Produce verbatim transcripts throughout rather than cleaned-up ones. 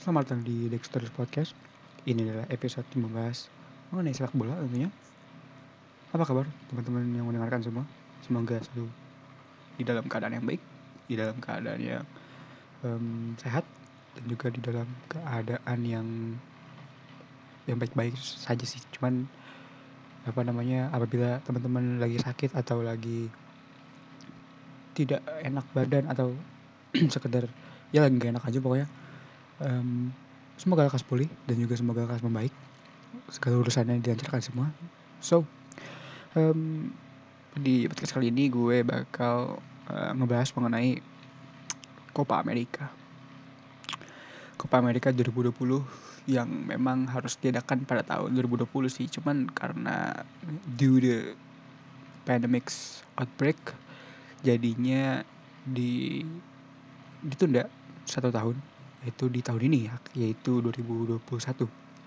Selamat datang di Dexter's Podcast. Ini adalah episode yang membahas mengenai sepak bola tentunya. Apa kabar teman-teman yang mendengarkan semua? Semoga selalu di dalam keadaan yang baik, di dalam keadaan yang um, sehat, dan juga di dalam keadaan yang yang baik-baik saja sih. Cuman apa namanya apabila teman-teman lagi sakit atau lagi tidak enak badan atau sekedar ya lagi gak enak aja pokoknya. Um, semoga lekas pulih dan juga semoga lekas membaik. Segala urusannya dilancarkan semua. So, um, di podcast kali ini gue bakal uh, ngebahas mengenai Copa America. Copa America dua ribu dua puluh yang memang harus diadakan pada tahun dua ribu dua puluh sih. Cuman karena due the pandemics outbreak jadinya di ditunda satu tahun, yaitu di tahun ini ya, yaitu dua ribu dua puluh satu.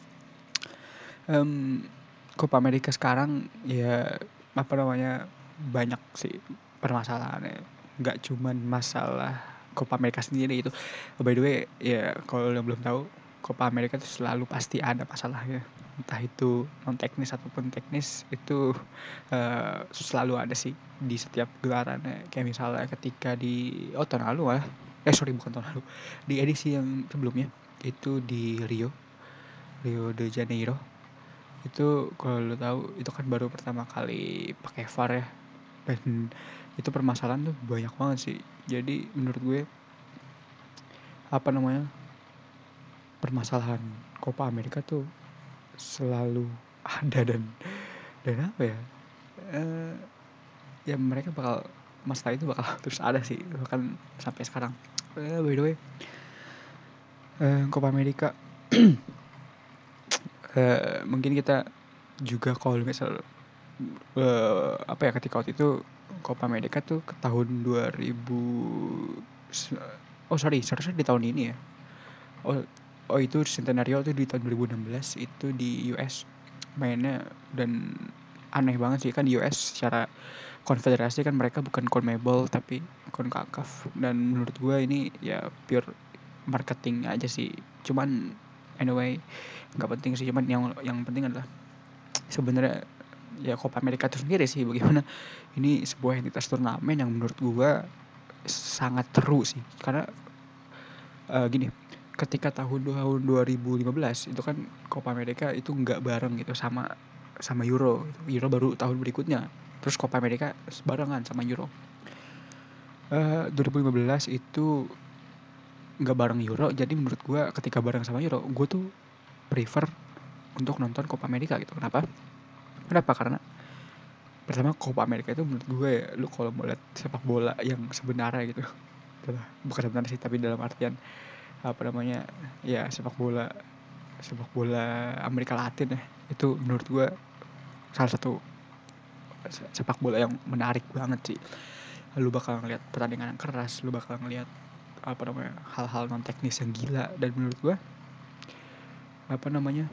Um, Copa America sekarang ya apa namanya banyak sih permasalahannya, nggak cuman masalah Copa America sendiri itu. Oh, by the way ya, kalau yang belum tahu, Copa America itu selalu pasti ada masalahnya, entah itu non teknis ataupun teknis itu uh, selalu ada sih di setiap gelarannya. Kayak misalnya ketika di oh tahun lalu lah, eh sorry bukan tahun lalu, di edisi yang sebelumnya itu di Rio Rio de Janeiro. Itu kalau lo tahu itu kan baru pertama kali pakai V A R ya, dan itu permasalahan tuh banyak banget sih. Jadi menurut gue apa namanya permasalahan Copa America tuh selalu ada, dan dan apa ya eh, ya mereka bakal masalah itu bakal terus ada sih bahkan sampai sekarang. Eh, by the way eh, Copa America eh, mungkin kita juga kalau misal eh, apa ya ketika waktu itu Copa America tuh ke tahun dua ribu, oh sorry seharusnya di tahun ini ya. Oh, oh itu Centenario tuh di tahun dua ribu enam belas itu di U S mainnya. Dan aneh banget sih, kan di U S secara konfederasi kan mereka bukan CONMEBOL tapi CONCACAF, dan menurut gue ini ya pure marketing aja sih. Cuman anyway nggak penting sih, cuman yang yang penting adalah sebenarnya ya Copa America itu sendiri sih bagaimana ini sebuah entitas turnamen yang menurut gue sangat seru sih. Karena uh, gini, ketika tahun tahun dua ribu lima belas itu kan Copa America itu nggak bareng gitu sama sama Euro. Euro baru tahun berikutnya, terus Copa America barengan sama Euro. uh, dua ribu lima belas itu nggak bareng Euro, jadi menurut gue ketika bareng sama Euro gue tuh prefer untuk nonton Copa America gitu. Kenapa? Kenapa? Karena pertama Copa America itu menurut gue ya, lu kalau mau lihat sepak bola yang sebenarnya gitu, bukan sebenarnya sih tapi dalam artian apa namanya ya sepak bola sepak bola Amerika Latin ya, itu menurut gue salah satu sepak bola yang menarik banget sih. Lu bakal ngeliat pertandingan yang keras, lu bakal ngeliat apa namanya hal-hal non teknis yang gila, dan menurut gue apa namanya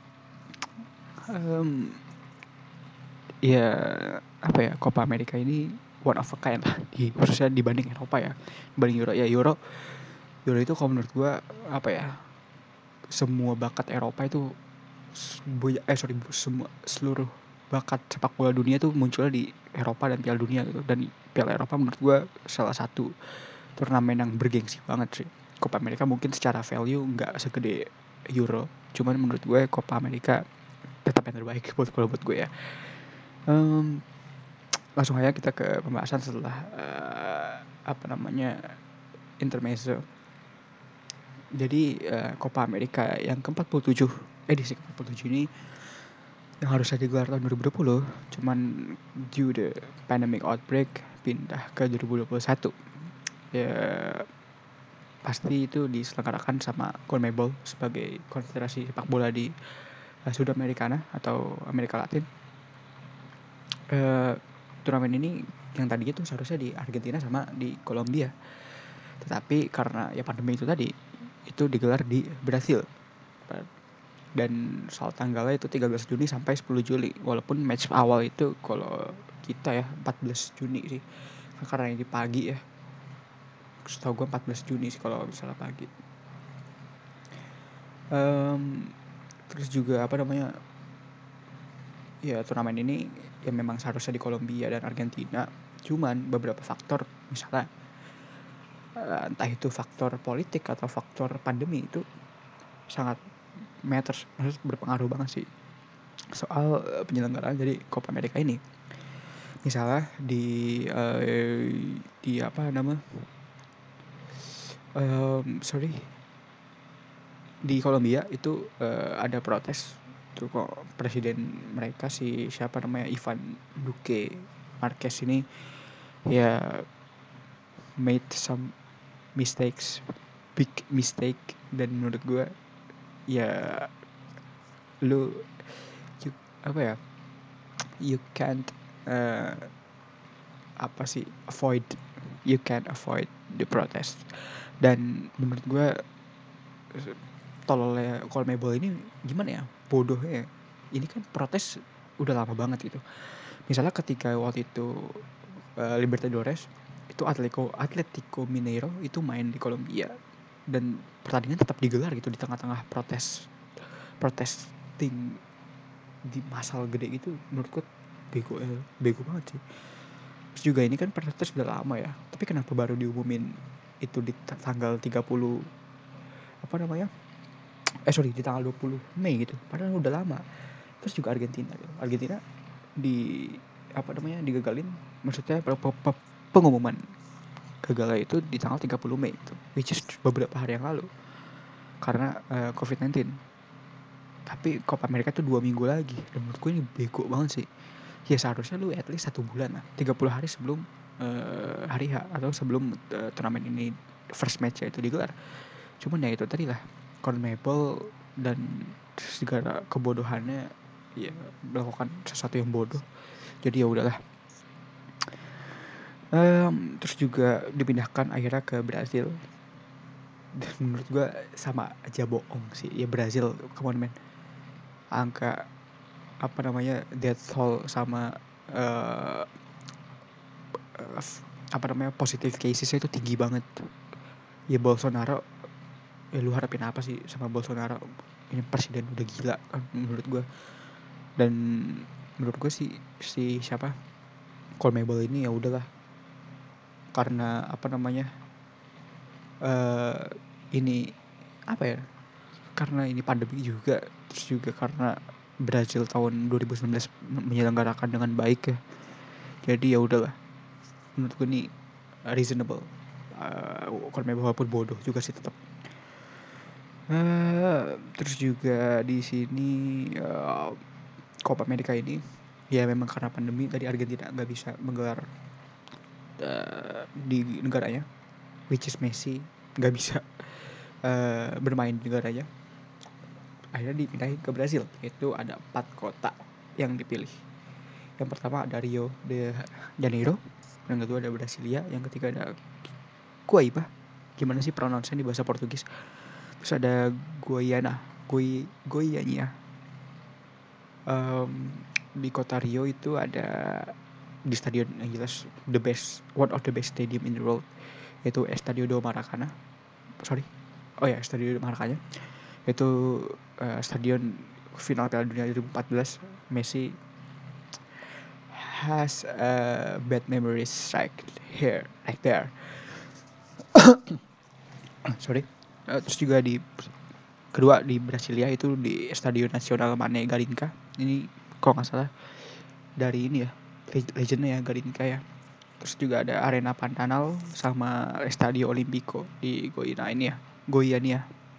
um, ya apa ya Copa America ini one of a kind lah, di khususnya dibanding Eropa ya, dibanding Euro ya. Euro Euro itu kalau menurut gue apa ya, semua bakat Eropa itu eh sorry semua seluruh bakat sepak bola dunia tuh munculnya di Eropa dan Piala Dunia gitu. Dan Piala Eropa menurut gue salah satu turnamen yang bergengsi banget sih. Copa America mungkin secara value nggak segede Euro, cuman menurut gue Copa America tetap yang terbaik buat kalau buat gue ya. Um, langsung aja kita ke pembahasan setelah uh, apa namanya intermezzo. Jadi uh, Copa America yang ke empat puluh tujuh, edisi ke empat puluh tujuh ini yang harusnya digelar tahun dua ribu dua puluh, cuman due the pandemic outbreak pindah ke dua ribu dua puluh satu. Ya pasti itu diselenggarakan sama CONMEBOL sebagai konfederasi sepak bola di uh, Sudamericana atau Amerika Latin. Uh, turnamen ini yang tadi itu seharusnya di Argentina sama di Kolombia, tetapi karena ya pandemi itu tadi itu digelar di Brasil. Dan soal tanggalnya itu tiga belas Juni sampai sepuluh Juli, walaupun match awal itu kalau kita ya empat belas Juni sih, karena ini pagi ya, setahu gue empat belas Juni sih kalau misalnya pagi. Um, terus juga apa namanya, ya turnamen ini ya memang seharusnya di Kolombia dan Argentina, cuman beberapa faktor misalnya uh, entah itu faktor politik atau faktor pandemi itu sangat matters, maksudnya berpengaruh banget sih soal uh, penyelenggaraan dari Copa America ini. Misalnya di uh, di apa nama um, sorry di Kolombia itu uh, ada protes tuh kok presiden mereka si siapa namanya Ivan Duque Marquez ini ya made some mistakes, big mistake, dan menurut gue ya lu you, apa ya you can't uh, apa sih avoid you can't avoid the protest. Dan menurut gue tololnya Colmebol ini gimana ya, bodohnya ya. Ini kan protes udah lama banget gitu. Misalnya ketika waktu itu uh, Libertadores itu Atletico Atletico Mineiro itu main di Kolombia dan pertandingan tetap digelar gitu di tengah-tengah protes protesting di masal gede gitu. Menurutku bego eh, bego banget sih. Terus juga ini kan protes udah lama ya, tapi kenapa baru diumumin itu di t- tanggal tiga puluh apa namanya eh sorry di tanggal dua puluh Mei gitu, padahal udah lama. Terus juga Argentina gitu. Argentina di apa namanya digagalin, maksudnya pe- pe- pe- pengumuman gagalnya itu di tanggal tiga puluh Mei itu, which is beberapa hari yang lalu karena uh, covid sembilan belas. Tapi Copa America tuh dua minggu lagi, dan menurutku ini bego banget sih. Ya seharusnya lu at least satu bulan lah, tiga puluh hari sebelum uh, hari H atau sebelum uh, turnamen ini first match itu digelar. Cuman ya itu tadi lah, CONMEBOL dan segala kebodohannya ya melakukan sesuatu yang bodoh. Jadi ya udahlah. Um, terus juga dipindahkan akhirnya ke Brazil. Dan menurut gue sama aja bohong sih. Ya Brazil, come on man. Angka apa namanya death toll sama uh, uh, apa namanya positive casesnya itu tinggi banget. Ya Bolsonaro, ya lu harapin apa sih sama Bolsonaro? Ini presiden udah gila kan menurut gue. Dan menurut gue sih si siapa Colmebol ini ya udahlah, karena apa namanya uh, ini apa ya, karena ini pandemi juga, terus juga karena Brazil tahun dua ribu sembilan belas menyelenggarakan dengan baik ya, jadi ya udahlah menurut gue ini reasonable. uh, Colmebol walaupun bodoh juga sih tetap. Uh, terus juga di sini uh, Copa America ini ya memang karena pandemi tadi Argentina nggak bisa menggelar uh, di negaranya, which is Messi nggak bisa uh, bermain di negaranya, akhirnya dipindahin ke Brazil. Itu ada empat kota yang dipilih. Yang pertama ada Rio de Janeiro, yang kedua ada Brasilia, yang ketiga ada Guaíba, gimana sih pronounce-nya di bahasa Portugis, terus ada Guayana, Goi Goiânia. Um, di kota Rio itu ada di stadion yang jelas the best, one of the best stadium in the world, yaitu Estadio do Maracanã. Sorry, oh ya Estadio do Maracanã. Itu uh, stadion final Piala Dunia dua ribu empat belas. Messi has uh, bad memories right here, right there. Sorry. Uh, terus juga di kedua di Brasilia itu di Estadio Nacional Mané Garrincha. Ini kalau nggak salah dari ini ya, legendnya ya Garrincha ya. Terus juga ada Arena Pantanal sama Estadio Olimpico di Goiânia ini ya, Goiânia.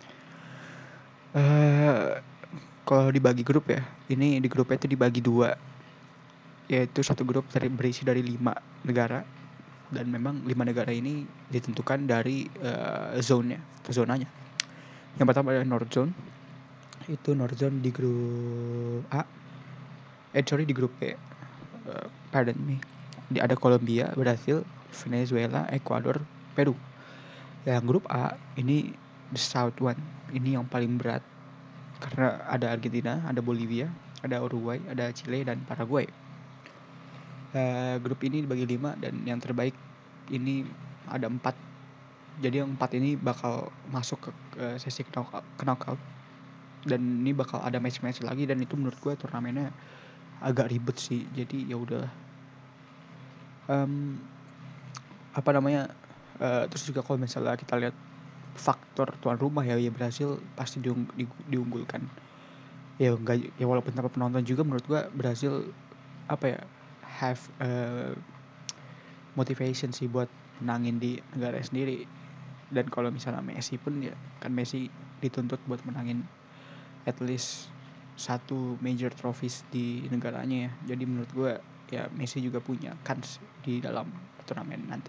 Uh, kalau dibagi grup ya, ini di grupnya itu dibagi dua, yaitu satu grup dari berisi dari lima negara, dan memang lima negara ini ditentukan dari uh, zone-nya, zonanya. Yang pertama adalah North Zone, itu North Zone di grup A, eh sorry di grup B, uh, pardon me, di ada Kolombia, Brasil, Venezuela, Ekuador, Peru. Yang grup A ini the South One, ini yang paling berat karena ada Argentina, ada Bolivia, ada Uruguay, ada Chile, dan Paraguay. Uh, grup ini dibagi lima dan yang terbaik ini ada empat. Jadi yang empat ini bakal masuk ke, ke sesi knockout, knockout. dan ini bakal ada match-match lagi, dan itu menurut gue turnamennya agak ribet sih. Jadi ya udah, um, apa namanya, uh, terus juga kalau misalnya kita lihat faktor tuan rumah ya, ya Brasil pasti diung, di, diunggulkan. Ya enggak, ya walaupun tanpa penonton juga menurut gua Brasil apa ya, have uh, motivation sih buat menangin di negara sendiri. Dan kalau misalnya Messi pun ya kan, Messi dituntut buat menangin at least satu major trophies di negaranya ya. Jadi menurut gua ya Messi juga punya kans di dalam turnamen nanti.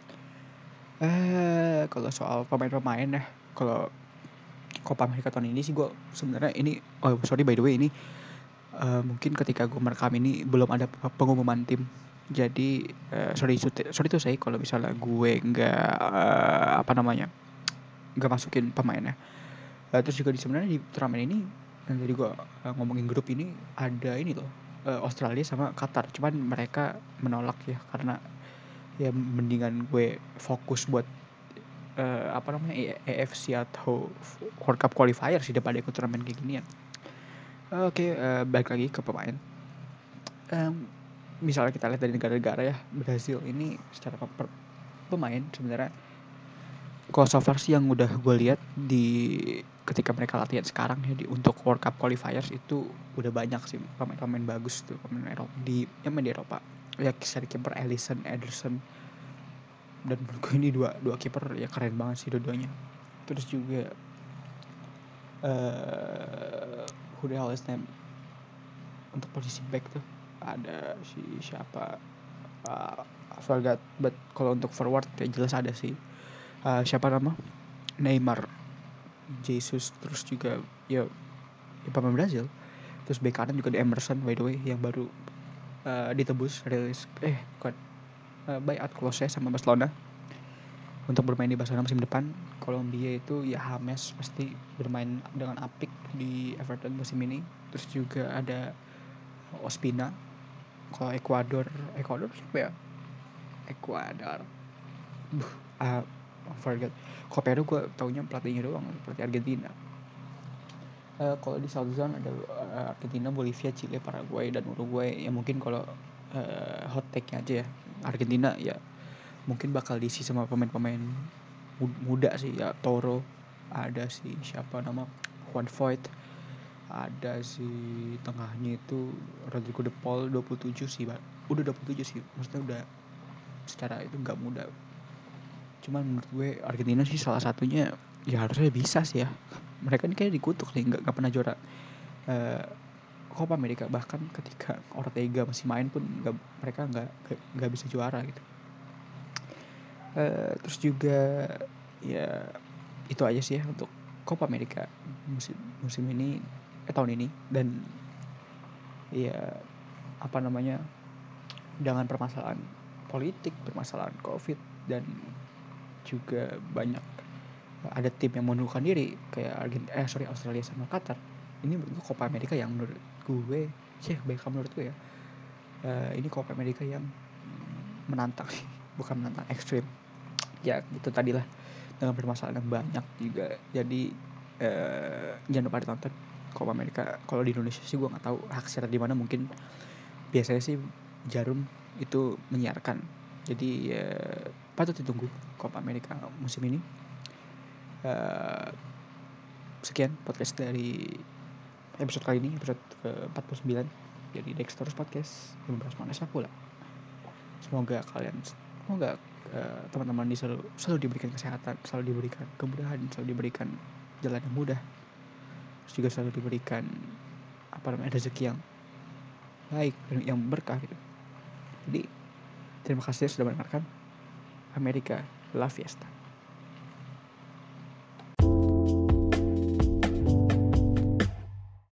Eh kalau soal pemain-pemain ya, kalau Copa America tahun ini sih gue sebenarnya ini, oh sorry by the way, ini uh, mungkin ketika gue merekam ini belum ada pengumuman tim. Jadi uh, sorry sorry tuh saya kalau misalnya gue nggak uh, apa namanya nggak masukin pemainnya. Uh, terus juga di sebenarnya di turnamen ini yang tadi gue uh, ngomongin grup ini ada ini loh, uh, Australia sama Qatar. Cuman mereka menolak ya, karena ya mendingan gue fokus buat uh, apa namanya A F C atau World Cup qualifier sih daripada ikut turnamen kayak gini ya. Oke, okay, uh, balik lagi ke pemain. Um, misalnya kita lihat dari negara-negara ya, Brazil ini secara per, pemain sebenarnya, kalau so far sih yang udah gue lihat di ketika mereka latihan sekarang ya di untuk World Cup qualifiers itu udah banyak sih pemain-pemain bagus tuh, pemain Eropa di yang main di Eropa. Ya dari kiper Alisson, Ederson, dan menurut gue ini dua dua kiper ya keren banget sih dua-duanya. Terus juga uh, who the hell is name untuk posisi back tuh ada si siapa, uh, I forgot, but kalau untuk forward ya jelas ada sih, uh, siapa nama Neymar, Jesus, terus juga ya, ya pemain Brazil. Terus bek kanan juga ada Emerson by the way yang baru uh, ditebus rilis eh bukan uh, buyout clause sama Barcelona untuk bermain di Barcelona musim depan. Kolombia itu ya James pasti bermain dengan apik di Everton musim ini. Terus juga ada Ospina. Kalau Ekuador, Ekuador siapa ya? Ekuador. Buh, uh, I forget. Kalau Peru gue taunya pelatihnya doang, pelatih Argentina. Uh, kalau di South Zone ada uh, Argentina, Bolivia, Chile, Paraguay, dan Uruguay. Ya mungkin kalau uh, hot take-nya aja ya, Argentina ya mungkin bakal diisi sama pemain-pemain muda sih ya. Toro, ada si siapa nama Juan Foyt, ada si tengahnya itu Rodrigo De Paul dua puluh tujuh sih, Pak. Udah dua puluh tujuh sih, maksudnya udah secara itu nggak muda. Cuman menurut gue Argentina sih salah satunya ya harusnya bisa sih ya. Mereka ini kayak dikutuk nih, nggak nggak pernah juara uh, Copa America. Bahkan ketika Ortega masih main pun gak, mereka nggak nggak bisa juara gitu. Uh, terus juga ya itu aja sih ya untuk Copa America musim musim ini eh tahun ini. Dan ya apa namanya, dengan permasalahan politik, permasalahan Covid, dan juga banyak ada tim yang mengundurkan diri kayak Argentina, eh sorry Australia sama Qatar. Ini menurut gue Copa America yang menurut gue sih baik menurut gue ya, uh, ini Copa America yang menantang bukan menantang, ekstrim ya itu tadi lah, dengan permasalahan yang banyak juga. Jadi uh, jangan lupa ditonton Copa America. Kalau di Indonesia sih gue nggak tahu hak siaran di mana, mungkin biasanya sih Jarum itu menyiarkan. Jadi uh, patut ditunggu Copa America musim ini. Uh, sekian podcast dari episode kali ini, episode ke empat puluh sembilan dari Dexter's Podcast yang membahas mengenai sepak bola. Semoga kalian, semoga uh, teman-teman di selalu, selalu diberikan kesehatan, selalu diberikan kemudahan, selalu diberikan jalan yang mudah, terus juga selalu diberikan apa namanya rezeki yang baik dan yang berkah gitu. Jadi terima kasih sudah mendengarkan. America La Fiesta.